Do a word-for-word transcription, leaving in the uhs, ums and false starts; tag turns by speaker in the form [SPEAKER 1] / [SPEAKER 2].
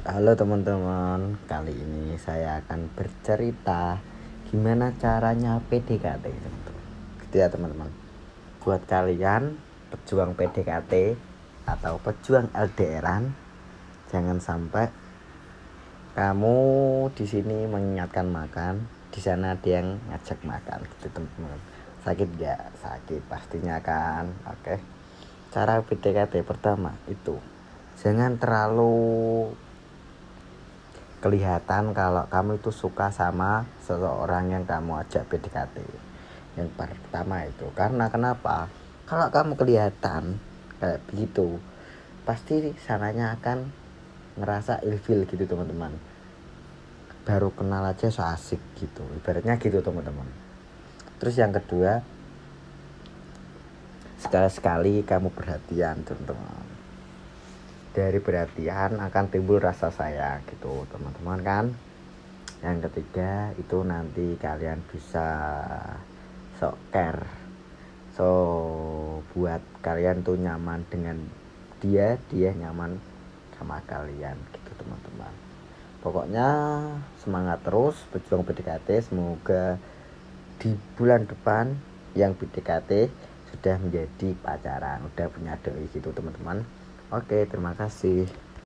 [SPEAKER 1] Halo teman-teman, kali ini saya akan bercerita gimana caranya P D K T gitu. Gitu ya teman-teman. Buat kalian pejuang P D K T atau pejuang L D R-an, jangan sampai kamu di sini mengingatkan makan, di sana ada yang ngajak makan gitu teman-teman. Sakit gak? Sakit pastinya kan. Oke. Cara P D K T pertama itu jangan terlalu kelihatan kalau kamu itu suka sama seseorang yang kamu ajak P D K T. Yang pertama itu karena kenapa? Kalau kamu kelihatan kayak begitu, pasti sananya akan ngerasa ilfil gitu teman-teman. Baru kenal aja so asik gitu, ibaratnya gitu teman-teman. Terus yang kedua, sekali-sekali kamu perhatian teman-teman. Dari perhatian akan timbul rasa sayang gitu teman-teman kan. Yang ketiga itu nanti kalian bisa sok care, so buat kalian tuh nyaman dengan dia, dia nyaman sama kalian gitu teman-teman. Pokoknya semangat terus berjuang P D K T. Semoga di bulan depan yang P D K T sudah menjadi pacaran, udah punya doi gitu teman-teman. Oke, terima kasih.